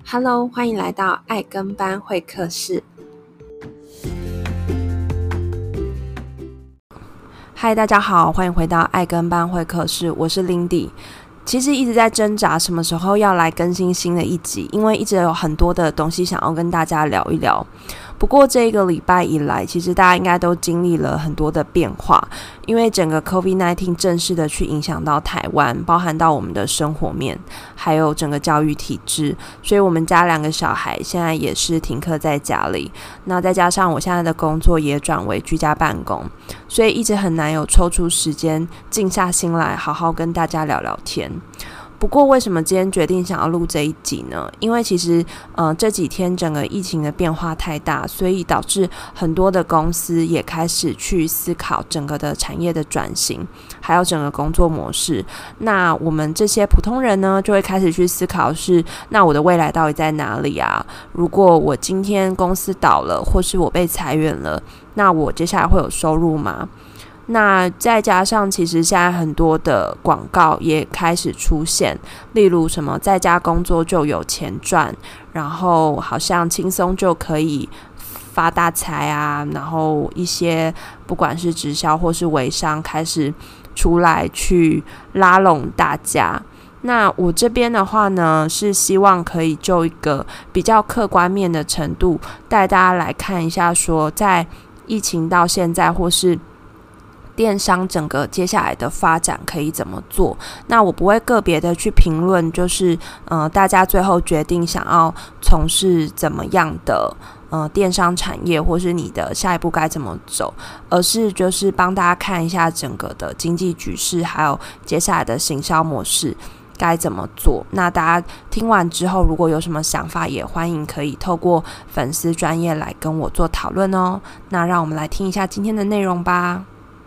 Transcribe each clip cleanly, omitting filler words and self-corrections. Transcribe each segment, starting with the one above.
Hello， 欢迎来到爱跟班会客室。嗨，大家好，欢迎回到爱跟班会客室，我是 Lindy。其实一直在挣扎什么时候要来更新新的一集，因为一直有很多的东西想要跟大家聊一聊。不过这个礼拜以来，其实大家应该都经历了很多的变化，因为整个 COVID-19 正式的去影响到台湾，包含到我们的生活面，还有整个教育体制，所以我们家2个小孩现在也是停课在家里。那再加上我现在的工作也转为居家办公，所以一直很难有抽出时间静下心来好好跟大家聊聊天。不过为什么今天决定想要录这一集呢？因为其实这几天整个疫情的变化太大，所以导致很多的公司也开始去思考整个的产业的转型，还有整个工作模式。那我们这些普通人呢，就会开始去思考是，那我的未来到底在哪里啊？如果我今天公司倒了，或是我被裁员了，那我接下来会有收入吗？那再加上其实现在很多的广告也开始出现，例如什么在家工作就有钱赚，然后好像轻松就可以发大财啊，然后一些不管是直销或是微商开始出来去拉拢大家。那我这边的话呢，是希望可以就一个比较客观面的程度带大家来看一下说，在疫情到现在或是电商整个接下来的发展可以怎么做。那我不会个别的去评论，就是大家最后决定想要从事怎么样的电商产业，或是你的下一步该怎么走，而是就是帮大家看一下整个的经济局势，还有接下来的行销模式该怎么做。那大家听完之后，如果有什么想法，也欢迎可以透过粉丝专页来跟我做讨论哦。那让我们来听一下今天的内容吧。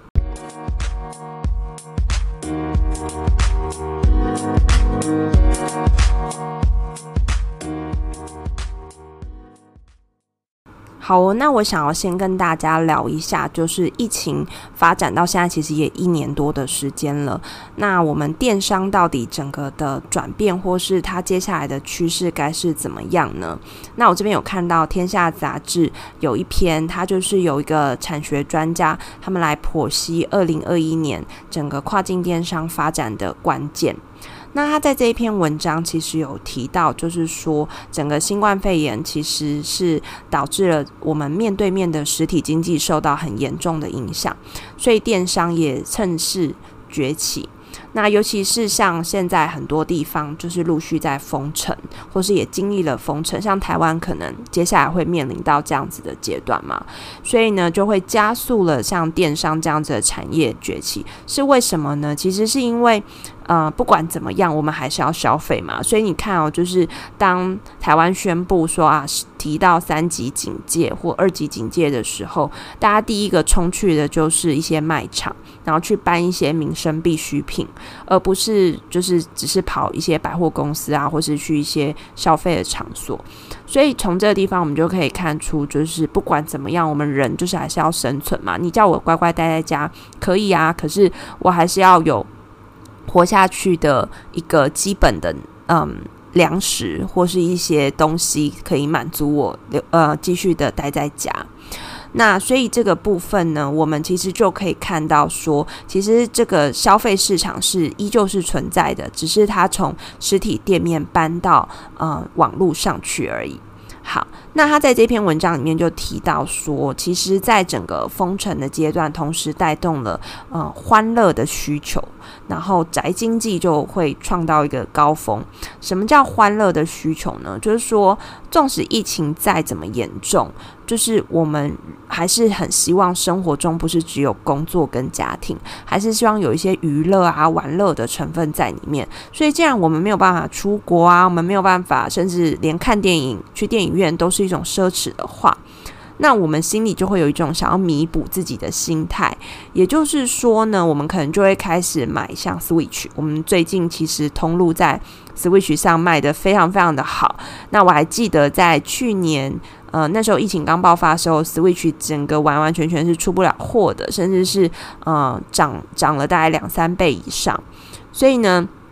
好哦，那我想要先跟大家聊一下，就是疫情发展到现在其实也1年多的时间了，那我们电商到底整个的转变或是它接下来的趋势该是怎么样呢？那我这边有看到天下杂志有一篇，它就是有一个产学专家他们来剖析2021年整个跨境电商发展的关键。那他在这一篇文章其实有提到，就是说整个新冠肺炎其实是导致了我们面对面的实体经济受到很严重的影响，所以电商也趁势崛起。那尤其是像现在很多地方就是陆续在封城，或是也经历了封城，像台湾可能接下来会面临到这样子的阶段嘛，所以呢就会加速了像电商这样子的产业崛起。是为什么呢？其实是因为不管怎么样我们还是要消费嘛，所以你看就是当台湾宣布说提到3级警戒或2级警戒的时候，大家第一个冲去的就是一些卖场，然后去搬一些民生必需品，而不是就是只是跑一些百货公司啊，或是去一些消费的场所。所以从这个地方我们就可以看出，就是不管怎么样我们人就是还是要生存嘛，你叫我乖乖待在家可以啊，可是我还是要有活下去的一个基本的粮食或是一些东西可以满足我继续的待在家。那所以这个部分呢，我们其实就可以看到说，其实这个消费市场是依旧是存在的，只是它从实体店面搬到网络上去而已。好，那他在这篇文章里面就提到说，其实在整个封城的阶段，同时带动了欢乐的需求，然后宅经济就会创到一个高峰。什么叫欢乐的需求呢？就是说纵使疫情再怎么严重，就是我们还是很希望生活中不是只有工作跟家庭，还是希望有一些娱乐啊玩乐的成分在里面。所以既然我们没有办法出国啊，我们没有办法甚至连看电影去电影院都是一种奢侈的话，那我们心里就会有一种想要弥补自己的心态。也就是说呢，我们可能就会开始买像 Switch， 我们最近其实通路在 Switch 上卖的非常非常的好。那我还记得在去年那时候疫情刚爆发的时候， Switch 整个完完全全是出不了货的，甚至是涨了大概2-3倍以上。所以呢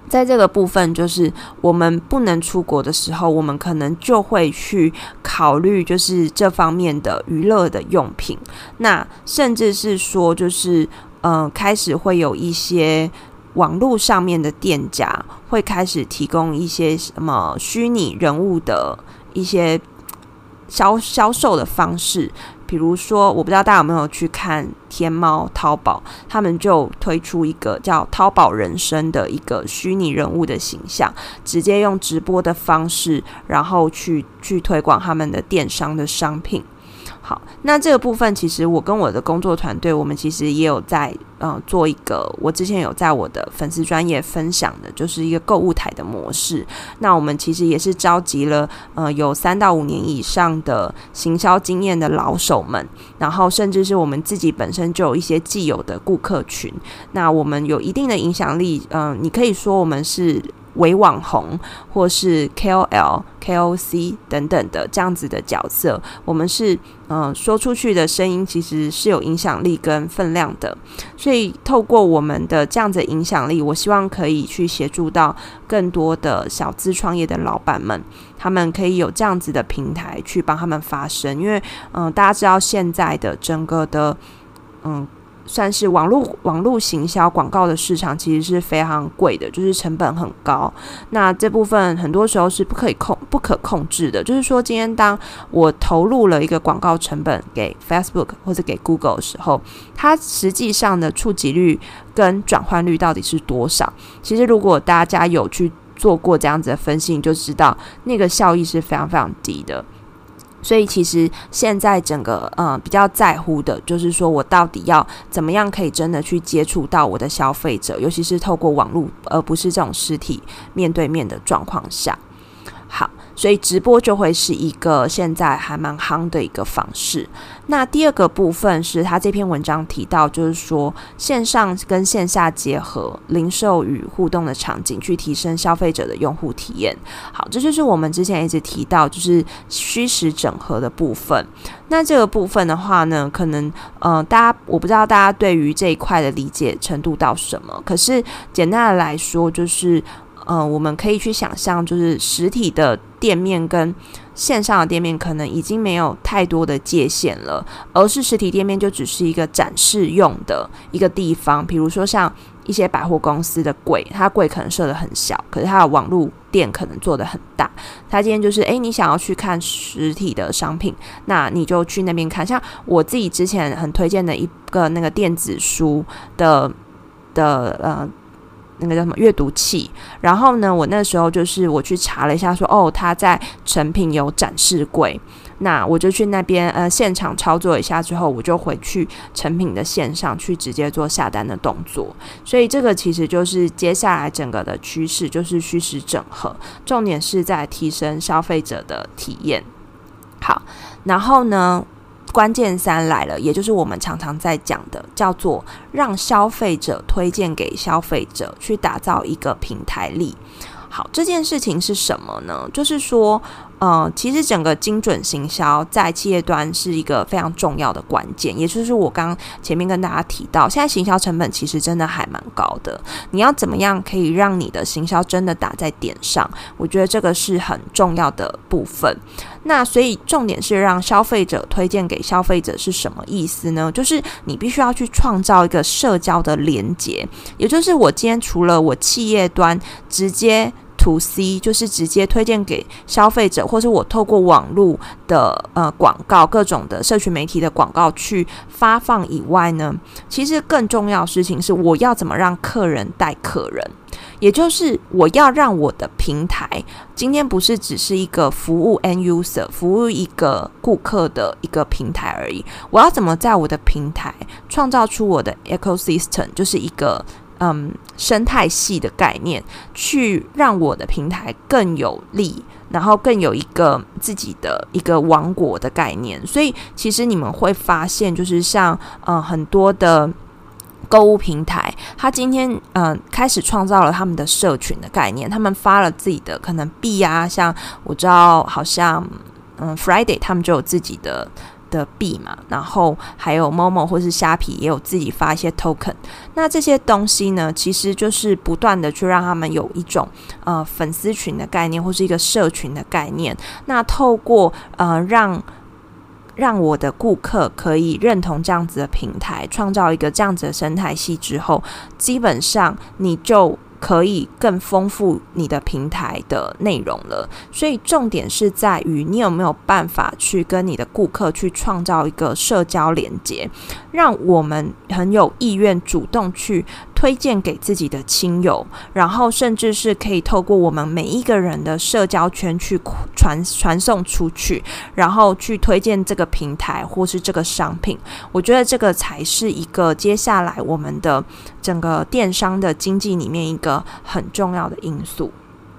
在这个部分，就是我们不能出国的时候，我们可能就会去考虑就是这方面的娱乐的用品，那甚至是说就是开始会有一些网络上面的店家会开始提供一些什么虚拟人物的一些销售的方式。比如说我不知道大家有没有去看天猫淘宝，他们就推出一个叫淘宝人生的一个虚拟人物的形象，直接用直播的方式然后去推广他们的电商的商品。好，那这个部分其实我跟我的工作团队，我们其实也有在做一个，我之前有在我的粉丝专页分享的，就是一个购物台的模式。那我们其实也是召集了有3到5年以上的行销经验的老手们，然后甚至是我们自己本身就有一些既有的顾客群。那我们有一定的影响力，你可以说我们是伪网红或是 KOL、KOC 等等的这样子的角色，我们是说出去的声音其实是有影响力跟分量的，所以透过我们的这样子的影响力，我希望可以去协助到更多的小资创业的老板们，他们可以有这样子的平台去帮他们发声。因为大家知道现在的整个的算是网络行销广告的市场其实是非常贵的，就是成本很高。那这部分很多时候是不可控制的，就是说今天当我投入了一个广告成本给 Facebook 或者给 Google 的时候，它实际上的触及率跟转换率到底是多少？其实如果大家有去做过这样子的分析，你就知道那个效益是非常非常低的。所以其实现在整个比较在乎的就是说我到底要怎么样可以真的去接触到我的消费者，尤其是透过网络而不是这种实体面对面的状况下。好，所以直播就会是一个现在还蛮夯的一个方式。那第二个部分是他这篇文章提到，就是说线上跟线下结合，零售与互动的场景，去提升消费者的用户体验。好，这就是我们之前一直提到就是虚实整合的部分。那这个部分的话呢，可能我不知道大家对于这一块的理解程度到什么，可是简单的来说就是我们可以去想象，就是实体的店面跟线上的店面可能已经没有太多的界限了，而是实体店面就只是一个展示用的一个地方。比如说像一些百货公司的柜，它柜可能设得很小，可是它的网络店可能做得很大。它今天就是你想要去看实体的商品，那你就去那边看。像我自己之前很推荐的一个那个电子书的那个叫什么阅读器，然后呢，我那时候就是我去查了一下说，他在诚品有展示柜，那我就去那边现场操作一下之后，我就回去诚品的线上去直接做下单的动作。所以这个其实就是接下来整个的趋势，就是虚实整合，重点是在提升消费者的体验。好，然后呢，关键3来了，也就是我们常常在讲的，叫做让消费者推荐给消费者，去打造一个平台力。好，这件事情是什么呢？就是说其实整个精准行销在企业端是一个非常重要的关键，也就是我刚前面跟大家提到，现在行销成本其实真的还蛮高的，你要怎么样可以让你的行销真的打在点上，我觉得这个是很重要的部分。那所以重点是让消费者推荐给消费者是什么意思呢？就是你必须要去创造一个社交的连结，也就是我今天除了我企业端直接to C， 就是直接推荐给消费者，或是我透过网络的广告，各种的社群媒体的广告去发放以外呢，其实更重要的事情是我要怎么让客人带客人，也就是我要让我的平台今天不是只是一个服务 end user， 服务一个顾客的一个平台而已，我要怎么在我的平台创造出我的 ecosystem， 就是一个生态系的概念，去让我的平台更有利，然后更有一个自己的一个王国的概念。所以其实你们会发现，就是像很多的购物平台，他今天开始创造了他们的社群的概念，他们发了自己的可能币啊，像我知道好像Friday 他们就有自己的的币嘛，然后还有 Momo 或是虾皮也有自己发一些 token。那这些东西呢，其实就是不断的去让他们有一种粉丝群的概念，或是一个社群的概念。那透过让我的顾客可以认同这样子的平台，创造一个这样子的生态系之后，基本上你就可以更丰富你的平台的内容了。所以重点是在于你有没有办法去跟你的顾客去创造一个社交连结，让我们很有意愿主动去推荐给自己的亲友，然后甚至是可以透过我们每一个人的社交圈去传送出去，然后去推荐这个平台或是这个商品。我觉得这个才是一个接下来我们的整个电商的经济里面一个很重要的因素。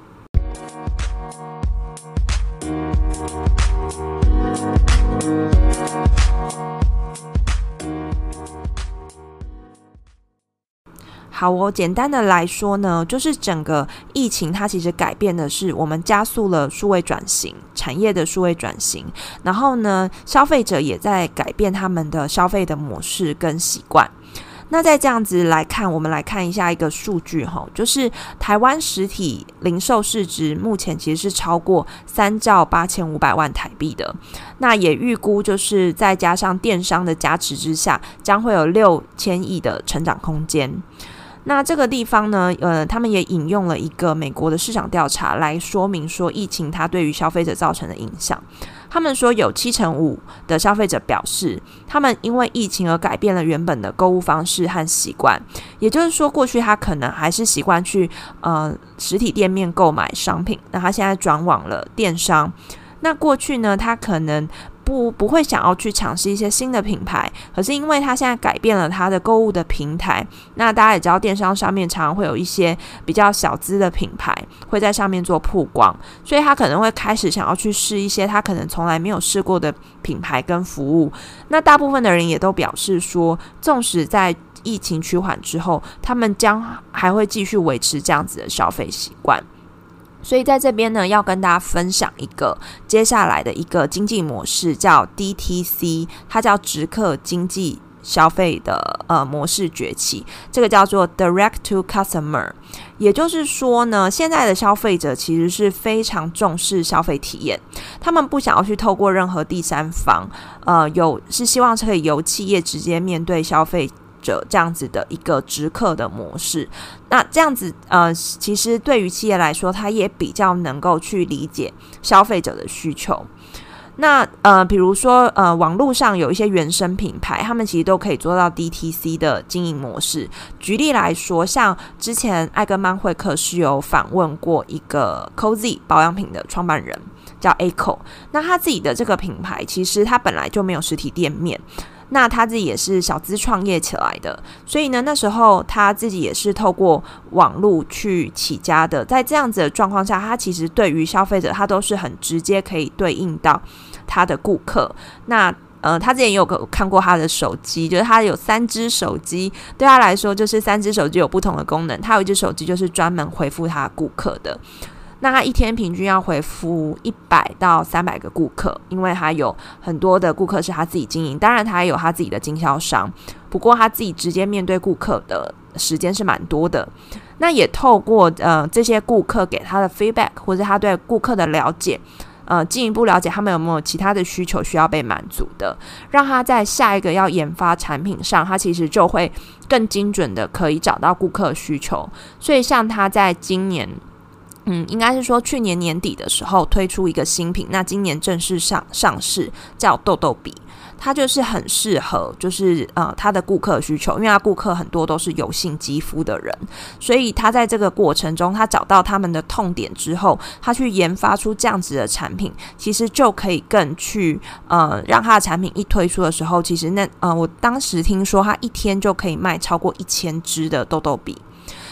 好简单的来说呢，就是整个疫情它其实改变的是我们加速了数位转型，产业的数位转型，然后呢，消费者也在改变他们的消费的模式跟习惯。那再这样子来看，我们来看一下一个数据就是台湾实体零售市值目前其实是超过3兆8500万台币的，那也预估就是再加上电商的加持之下，将会有6000亿的成长空间。那这个地方呢，他们也引用了一个美国的市场调查来说明说疫情它对于消费者造成的影响。他们说有75%的消费者表示，他们因为疫情而改变了原本的购物方式和习惯。也就是说，过去他可能还是习惯去实体店面购买商品，那他现在转往了电商。那过去呢，他可能不会想要去尝试一些新的品牌，可是因为他现在改变了他的购物的平台，那大家也知道电商上面常常会有一些比较小资的品牌会在上面做曝光，所以他可能会开始想要去试一些他可能从来没有试过的品牌跟服务。那大部分的人也都表示说，纵使在疫情趋缓之后，他们将还会继续维持这样子的消费习惯。所以在这边呢，要跟大家分享一个接下来的一个经济模式，叫 DTC， 它叫直客经济消费的模式崛起，这个叫做 Direct to Customer。 也就是说呢，现在的消费者其实是非常重视消费体验，他们不想要去透过任何第三方，是希望可以由企业直接面对消费者这样子的一个直客的模式。那这样子其实对于企业来说，它也比较能够去理解消费者的需求。那比如说网络上有一些原生品牌，他们其实都可以做到 DTC 的经营模式。举例来说，像之前艾根曼会客是有访问过一个 Cozy 保养品的创办人，叫 Echo。 那他自己的这个品牌其实他本来就没有实体店面，那他自己也是小资创业起来的，所以呢，那时候他自己也是透过网络去起家的。在这样子的状况下，他其实对于消费者，他都是很直接可以对应到他的顾客。那他之前也有看过他的手机，就是他有3只手机，对他来说就是3只手机有不同的功能。他有一只手机就是专门回复他的顾客的，那他一天平均要回复100到300个顾客，因为他有很多的顾客是他自己经营，当然他也有他自己的经销商，不过他自己直接面对顾客的时间是蛮多的。那也透过这些顾客给他的 feedback， 或者他对顾客的了解，进一步了解他们有没有其他的需求需要被满足的，让他在下一个要研发产品上，他其实就会更精准的可以找到顾客需求。所以像他在今年应该是说去年年底的时候推出一个新品，那今年正式上市，叫豆豆笔。它就是很适合就是他的顾客需求，因为他顾客很多都是油性肌肤的人，所以他在这个过程中，他找到他们的痛点之后，他去研发出这样子的产品，其实就可以更去让他的产品一推出的时候，其实我当时听说他一天就可以卖超过1000支的豆豆笔。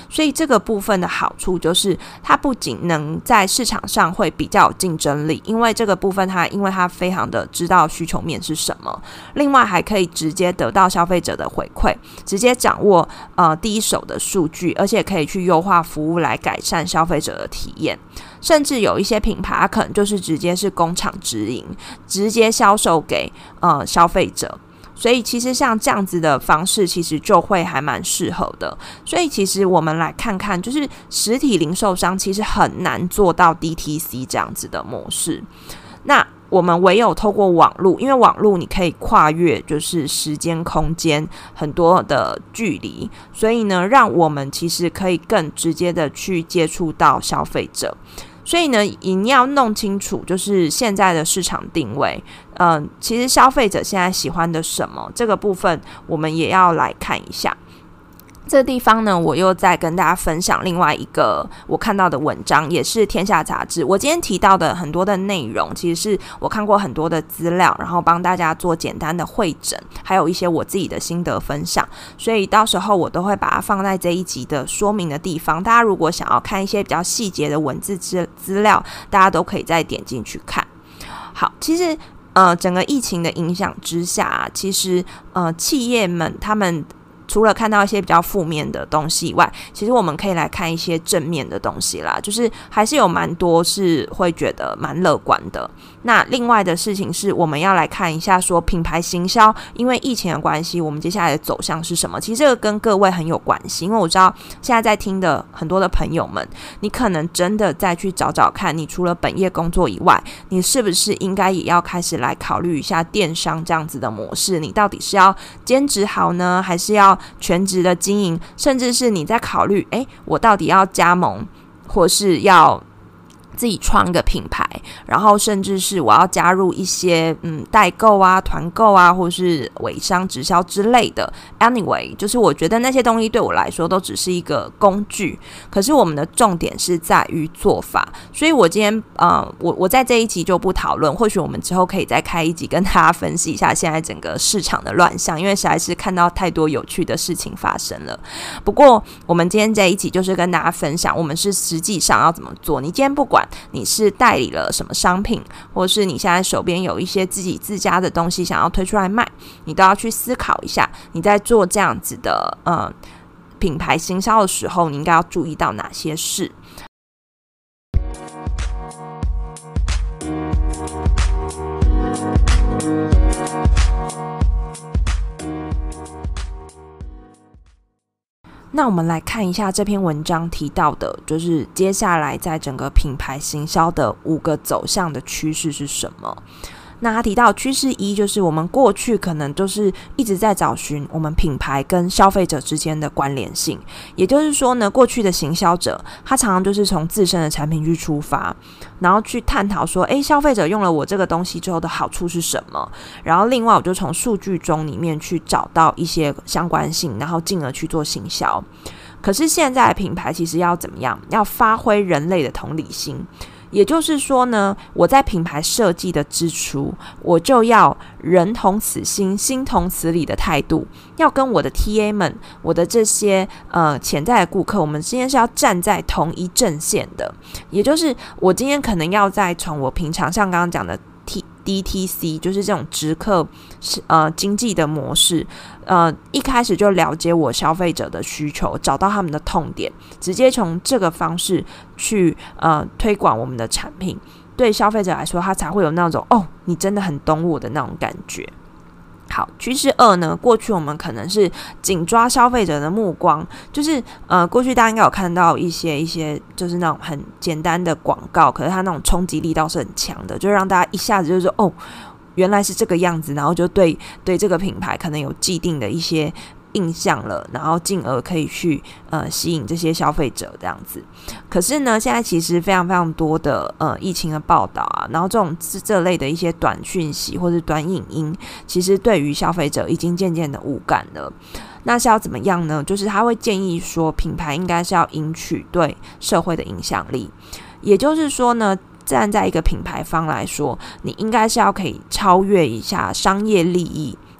所以这个部分的好处就是它不仅能在市场上会比较有竞争力，因为这个部分因为它非常的知道需求面是什么，另外还可以直接得到消费者的回馈，直接掌握第一手的数据，而且可以去优化服务来改善消费者的体验。甚至有一些品牌它可能就是直接是工厂直营，直接销售给消费者，所以其实像这样子的方式其实就会还蛮适合的。所以其实我们来看看，就是实体零售商其实很难做到 DTC 这样子的模式，那我们唯有透过网络，因为网络你可以跨越就是时间空间很多的距离，所以呢让我们其实可以更直接的去接触到消费者。所以呢你要弄清楚就是现在的市场定位，其实消费者现在喜欢的什么，这个部分我们也要来看一下。这个地方呢，我又再跟大家分享另外一个我看到的文章，也是天下杂志。我今天提到的很多的内容，其实是我看过很多的资料，然后帮大家做简单的汇整，还有一些我自己的心得分享。所以到时候我都会把它放在这一集的说明的地方。大家如果想要看一些比较细节的文字资料，大家都可以再点进去看。好，其实整个疫情的影响之下，其实企业们他们除了看到一些比较负面的东西以外，其实我们可以来看一些正面的东西啦，就是还是有蛮多是会觉得蛮乐观的。那另外的事情是我们要来看一下说品牌行销，因为疫情的关系，我们接下来的走向是什么？其实这个跟各位很有关系，因为我知道现在在听的很多的朋友们，你可能真的再去找找看，你除了本业工作以外，你是不是应该也要开始来考虑一下电商这样子的模式？你到底是要兼职好呢，还是要全职的经营？甚至是你在考虑我到底要加盟，或是要自己创一个品牌，然后甚至是我要加入一些代购啊、团购啊，或是微商直销之类的。Anyway， 就是我觉得那些东西对我来说都只是一个工具，可是我们的重点是在于做法。所以我今天我在这一集就不讨论，或许我们之后可以再开一集跟大家分析一下现在整个市场的乱象，因为实在是看到太多有趣的事情发生了。不过我们今天这一集就是跟大家分享我们是实际上要怎么做。你今天不管你是代理了什么商品，或是你现在手边有一些自家的东西想要推出来卖，你都要去思考一下，你在做这样子的品牌行销的时候，你应该要注意到哪些事。那我们来看一下这篇文章提到的，就是接下来在整个品牌行销的5个走向的趋势是什么。那他提到趋势1，就是我们过去可能都是一直在找寻我们品牌跟消费者之间的关联性，也就是说呢，过去的行销者他常常就是从自身的产品去出发，然后去探讨说消费者用了我这个东西之后的好处是什么，然后另外我就从数据中里面去找到一些相关性，然后进而去做行销。可是现在的品牌其实要怎么样？要发挥人类的同理心，也就是说呢，我在品牌设计的之初，我就要人同此心，心同此理的态度，要跟我的 TA 们，我的这些潜在的顾客，我们今天是要站在同一阵线的。也就是我今天可能要再从我平常像刚刚讲的DTC， 就是这种直客经济的模式，一开始就了解我消费者的需求，找到他们的痛点，直接从这个方式去推广我们的产品，对消费者来说，他才会有那种你真的很懂我的那种感觉。好，趋势2呢，过去我们可能是紧抓消费者的目光，就是过去大家应该有看到一些就是那种很简单的广告，可是它那种冲击力倒是很强的，就让大家一下子就说原来是这个样子，然后就对这个品牌可能有既定的一些印象了，然后进而可以去吸引这些消费者这样子。可是呢，现在其实非常非常多的疫情的报道啊，然后这类的一些短讯息或是短影音，其实对于消费者已经渐渐的无感了。那是要怎么样呢？就是他会建议说，品牌应该是要赢取对社会的影响力，也就是说呢，站在一个品牌方来说，你应该是要可以超越一下商业利益，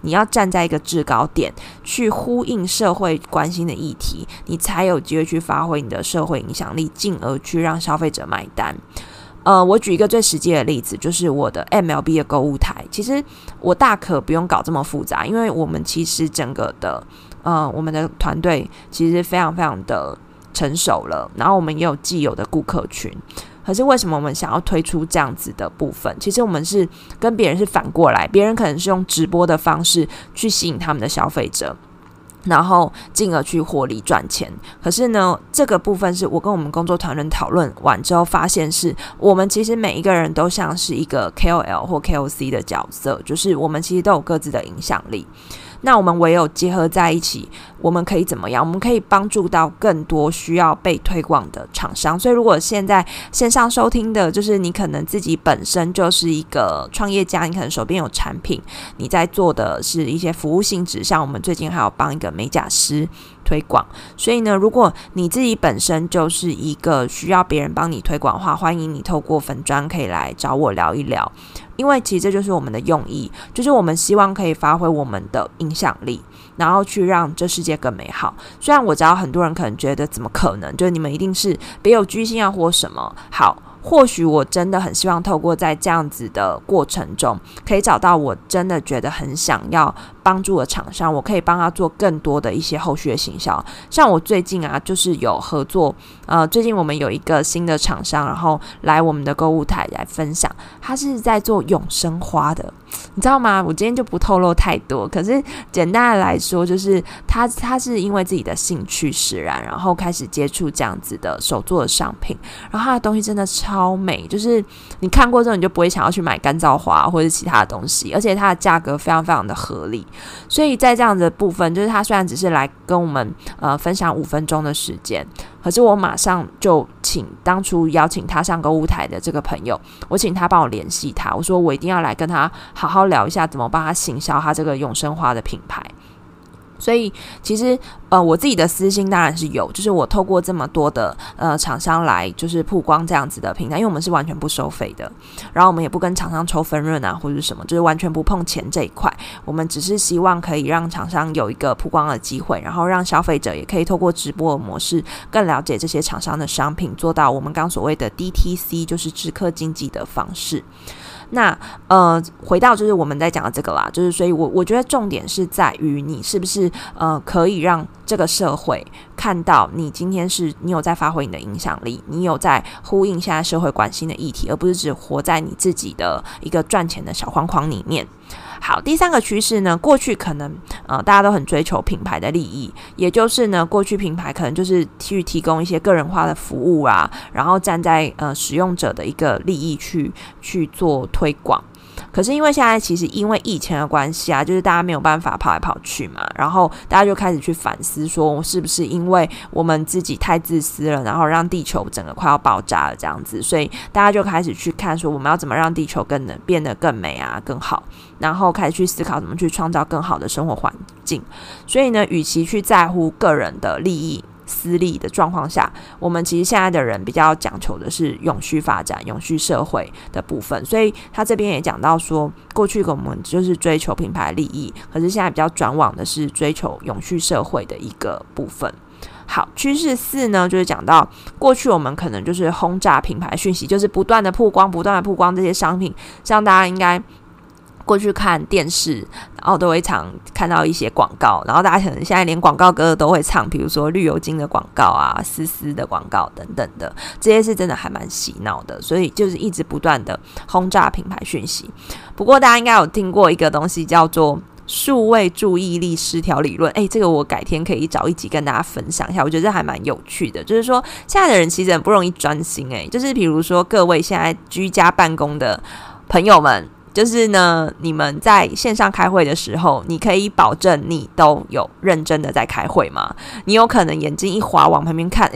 你要站在一个制高点去呼应社会关心的议题，你才有机会去发挥你的社会影响力，进而去让消费者买单。我举一个最实际的例子，就是我的 MLB 的购物台。其实我大可不用搞这么复杂，因为我们其实整个的我们的团队其实非常非常的成熟了，然后我们也有既有的顾客群。可是为什么我们想要推出这样子的部分？其实我们是跟别人是反过来，别人可能是用直播的方式去吸引他们的消费者，然后进而去获利赚钱。可是呢，这个部分是我跟我们工作团队讨论完之后发现，是我们其实每一个人都像是一个 KOL 或 KOC 的角色，就是我们其实都有各自的影响力。那我们唯有结合在一起，我们可以怎么样？我们可以帮助到更多需要被推广的厂商。所以如果现在线上收听的，就是你可能自己本身就是一个创业家，你可能手边有产品，你在做的是一些服务性质，像我们最近还有帮一个美甲师推广。所以呢，如果你自己本身就是一个需要别人帮你推广的话，欢迎你透过粉专可以来找我聊一聊。因为其实这就是我们的用意，就是我们希望可以发挥我们的影响力，然后去让这世界更美好。虽然我知道很多人可能觉得怎么可能，就是你们一定是别有居心啊或什么。好，或许我真的很希望透过在这样子的过程中，可以找到我真的觉得很想要帮助的厂商，我可以帮他做更多的一些后续的行销。像我最近啊，就是有合作，最近我们有一个新的厂商，然后来我们的购物台来分享，他是在做永生花的，你知道吗？我今天就不透露太多，可是简单的来说，就是他是因为自己的兴趣使然，然后开始接触这样子的手做的商品，然后他的东西真的超美，就是你看过之后你就不会想要去买干燥花或者其他的东西，而且它的价格非常非常的合理。所以在这样的部分，就是他虽然只是来跟我们分享5分钟的时间，可是我马上就请当初邀请他上购物台的这个朋友，我请他帮我联系他，我说我一定要来跟他好好聊一下怎么帮他行销他这个永生花的品牌。所以其实我自己的私心当然是有，就是我透过这么多的厂商来就是曝光这样子的平台，因为我们是完全不收费的，然后我们也不跟厂商抽分润啊或者什么，就是完全不碰钱这一块，我们只是希望可以让厂商有一个曝光的机会，然后让消费者也可以透过直播的模式更了解这些厂商的商品，做到我们刚所谓的 DTC， 就是直客经济的方式。那回到就是我们在讲的这个啦，就是所以我觉得重点是在于你是不是可以让这个社会看到你今天是你有在发挥你的影响力，你有在呼应现在社会关心的议题，而不是只活在你自己的一个赚钱的小框框里面。好，第3个趋势呢，过去可能大家都很追求品牌的利益，也就是呢，过去品牌可能就是去提供一些个人化的服务啊，然后站在使用者的一个利益去做推广。可是因为现在其实因为疫情的关系啊，就是大家没有办法跑来跑去嘛，然后大家就开始去反思说，是不是因为我们自己太自私了，然后让地球整个快要爆炸了这样子，所以大家就开始去看说我们要怎么让地球变得更美啊更好，然后开始去思考怎么去创造更好的生活环境。所以呢，与其去在乎个人的利益私利的状况下，我们其实现在的人比较讲求的是永续发展、永续社会的部分。所以他这边也讲到说，过去我们就是追求品牌利益，可是现在比较转往的是追求永续社会的一个部分。好，趋势4呢，就是讲到过去我们可能就是轰炸品牌讯息，就是不断的曝光这些商品，像大家应该过去看电视，然后都会常看到一些广告，然后大家可能现在连广告歌都会唱，比如说绿油精的广告啊、丝丝的广告等等的，这些是真的还蛮洗脑的，所以就是一直不断的轰炸品牌讯息。不过大家应该有听过一个东西叫做数位注意力失调理论，这个我改天可以找一集跟大家分享一下，我觉得这还蛮有趣的。就是说现在的人其实很不容易专心，就是比如说各位现在居家办公的朋友们，就是呢，你们在线上开会的时候，你可以保证你都有认真的在开会吗？你有可能眼睛一滑往旁边看，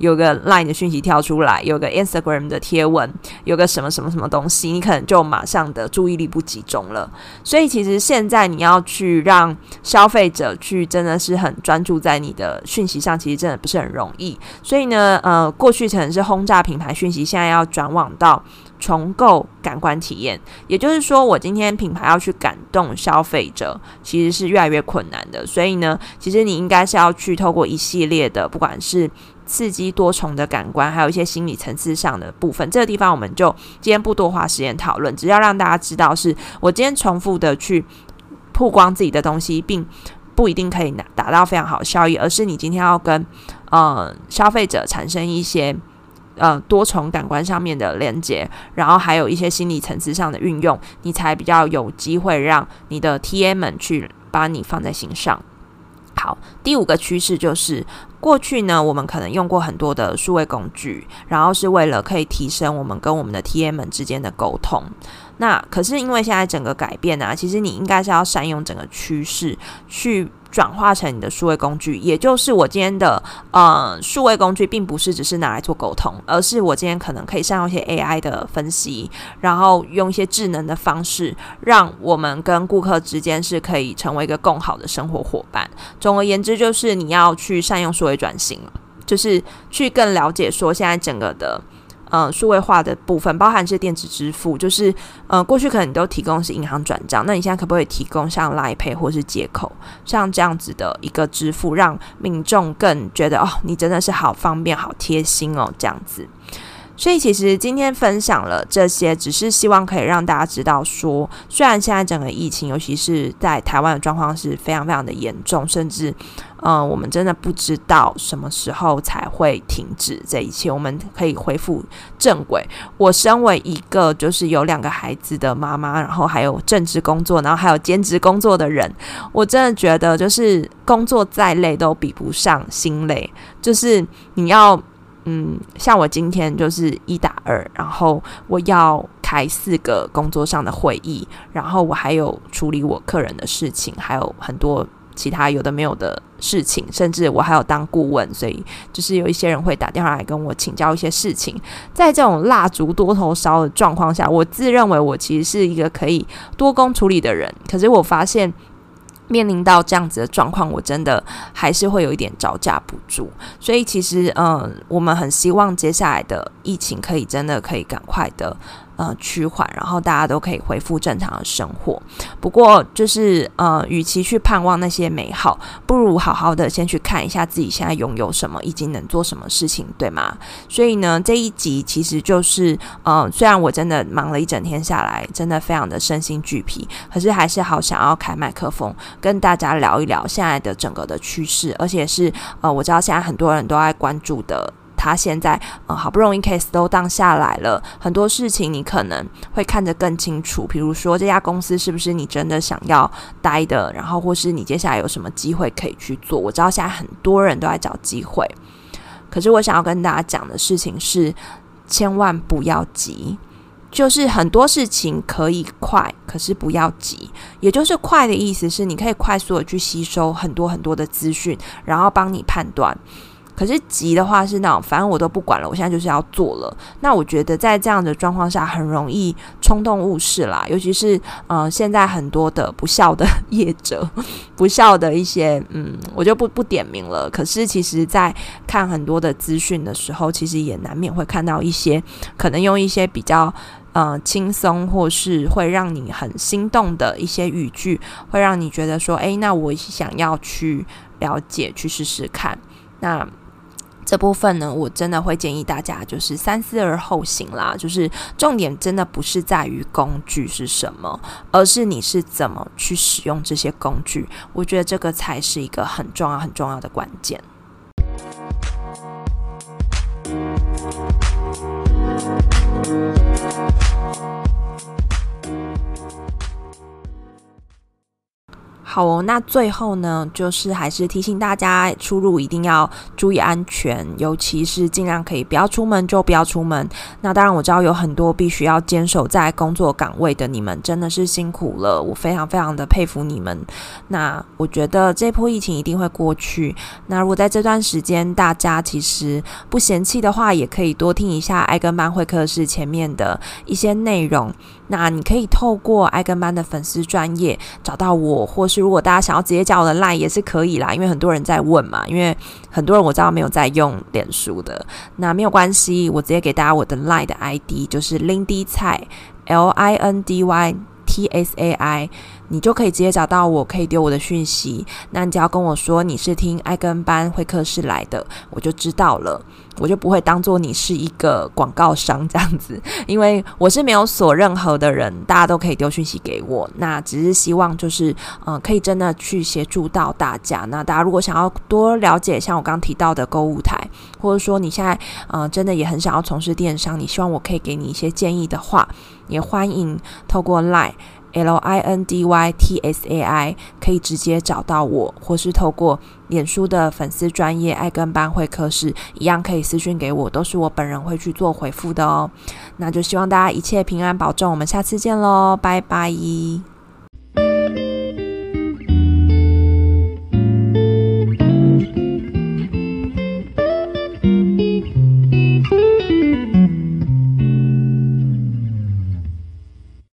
有个 LINE 的讯息跳出来，有个 Instagram 的贴文，有个什么什么什么东西，你可能就马上的注意力不集中了。所以其实现在你要去让消费者去真的是很专注在你的讯息上，其实真的不是很容易。所以呢过去可能是轰炸品牌讯息，现在要转往到重构感官体验，也就是说我今天品牌要去感动消费者其实是越来越困难的。所以呢其实你应该是要去透过一系列的不管是刺激多重的感官，还有一些心理层次上的部分，这个地方我们就今天不多花时间讨论，只要让大家知道是我今天重复的去曝光自己的东西，并不一定可以达到非常好的效益，而是你今天要跟消费者产生一些多重感官上面的连接，然后还有一些心理层次上的运用，你才比较有机会让你的 TA 们去把你放在心上。好，第5个趋势就是过去呢我们可能用过很多的数位工具，然后是为了可以提升我们跟我们的 TA 们之间的沟通。那可是因为现在整个改变其实你应该是要善用整个趋势去转化成你的数位工具，也就是我今天的数位工具并不是只是拿来做沟通，而是我今天可能可以善用一些 AI 的分析，然后用一些智能的方式，让我们跟顾客之间是可以成为一个更好的生活伙伴。总而言之，就是你要去善用数位转型，就是去更了解说现在整个的数位化的部分，包含是电子支付，就是过去可能你都提供是银行转账，那你现在可不可以提供像 LINE Pay 或是街口像这样子的一个支付，让民众更觉得你真的是好方便好贴心这样子。所以其实今天分享了这些，只是希望可以让大家知道说，虽然现在整个疫情尤其是在台湾的状况是非常非常的严重，甚至我们真的不知道什么时候才会停止这一切，我们可以恢复正轨。我身为一个就是有2个孩子的妈妈，然后还有正职工作，然后还有兼职工作的人，我真的觉得就是工作再累都比不上心累，就是你要像我今天就是1打2，然后我要开4个工作上的会议，然后我还有处理我客人的事情，还有很多其他有的没有的事情，甚至我还有当顾问，所以就是有一些人会打电话来跟我请教一些事情。在这种蜡烛多头烧的状况下，我自认为我其实是一个可以多工处理的人，可是我发现面临到这样子的状况，我真的还是会有一点招架不住。所以其实我们很希望接下来的疫情真的可以赶快的趋缓，然后大家都可以恢复正常的生活。不过就是与其去盼望那些美好，不如好好的先去看一下自己现在拥有什么，以及能做什么事情，对吗？所以呢这一集其实就是虽然我真的忙了一整天下来，真的非常的身心俱疲，可是还是好想要开麦克风跟大家聊一聊现在的整个的趋势，而且是我知道现在很多人都在关注的，他现在好不容易 case 都当下来了，很多事情你可能会看得更清楚，比如说这家公司是不是你真的想要待的，然后或是你接下来有什么机会可以去做。我知道现在很多人都在找机会，可是我想要跟大家讲的事情是千万不要急，就是很多事情可以快，可是不要急。也就是快的意思是你可以快速的去吸收很多很多的资讯，然后帮你判断。可是急的话是那种反正我都不管了，我现在就是要做了。那我觉得在这样的状况下很容易冲动误事啦，尤其是现在很多的不孝的业者，不孝的一些我就不点名了。可是其实在看很多的资讯的时候，其实也难免会看到一些可能用一些比较轻松或是会让你很心动的一些语句，会让你觉得说那我想要去了解去试试看。那这部分呢，我真的会建议大家就是三思而后行啦，就是重点真的不是在于工具是什么，而是你是怎么去使用这些工具，我觉得这个才是一个很重要很重要的关键。 好哦，那最后呢，就是还是提醒大家，出入一定要注意安全，尤其是尽量可以不要出门就不要出门。那当然我知道有很多必须要坚守在工作岗位的你们，真的是辛苦了，我非常非常的佩服你们。那我觉得这波疫情一定会过去。那如果在这段时间大家其实不嫌弃的话，也可以多听一下爱跟班会客室前面的一些内容。那你可以透过爱跟班的粉丝专页找到我，或是如果大家想要直接加我的 LINE 也是可以啦，因为很多人在问嘛，因为很多人我知道没有在用脸书的，那没有关系，我直接给大家我的 LINE 的 ID 就是 Lindy 蔡 LINDY TSAI， 你就可以直接找到我，可以丢我的讯息。那你只要跟我说你是听爱跟班会客室来的，我就知道了，我就不会当做你是一个广告商这样子，因为我是没有锁任何的人，大家都可以丢讯息给我。那只是希望就是可以真的去协助到大家。那大家如果想要多了解像我刚提到的购物台，或者说你现在真的也很想要从事电商，你希望我可以给你一些建议的话，也欢迎透过 LINE LINDYTSAI 可以直接找到我，或是透过脸书的粉丝专页爱跟班会客室一样可以私讯给我，都是我本人会去做回复的哦。那就希望大家一切平安保重，我们下次见咯，拜拜。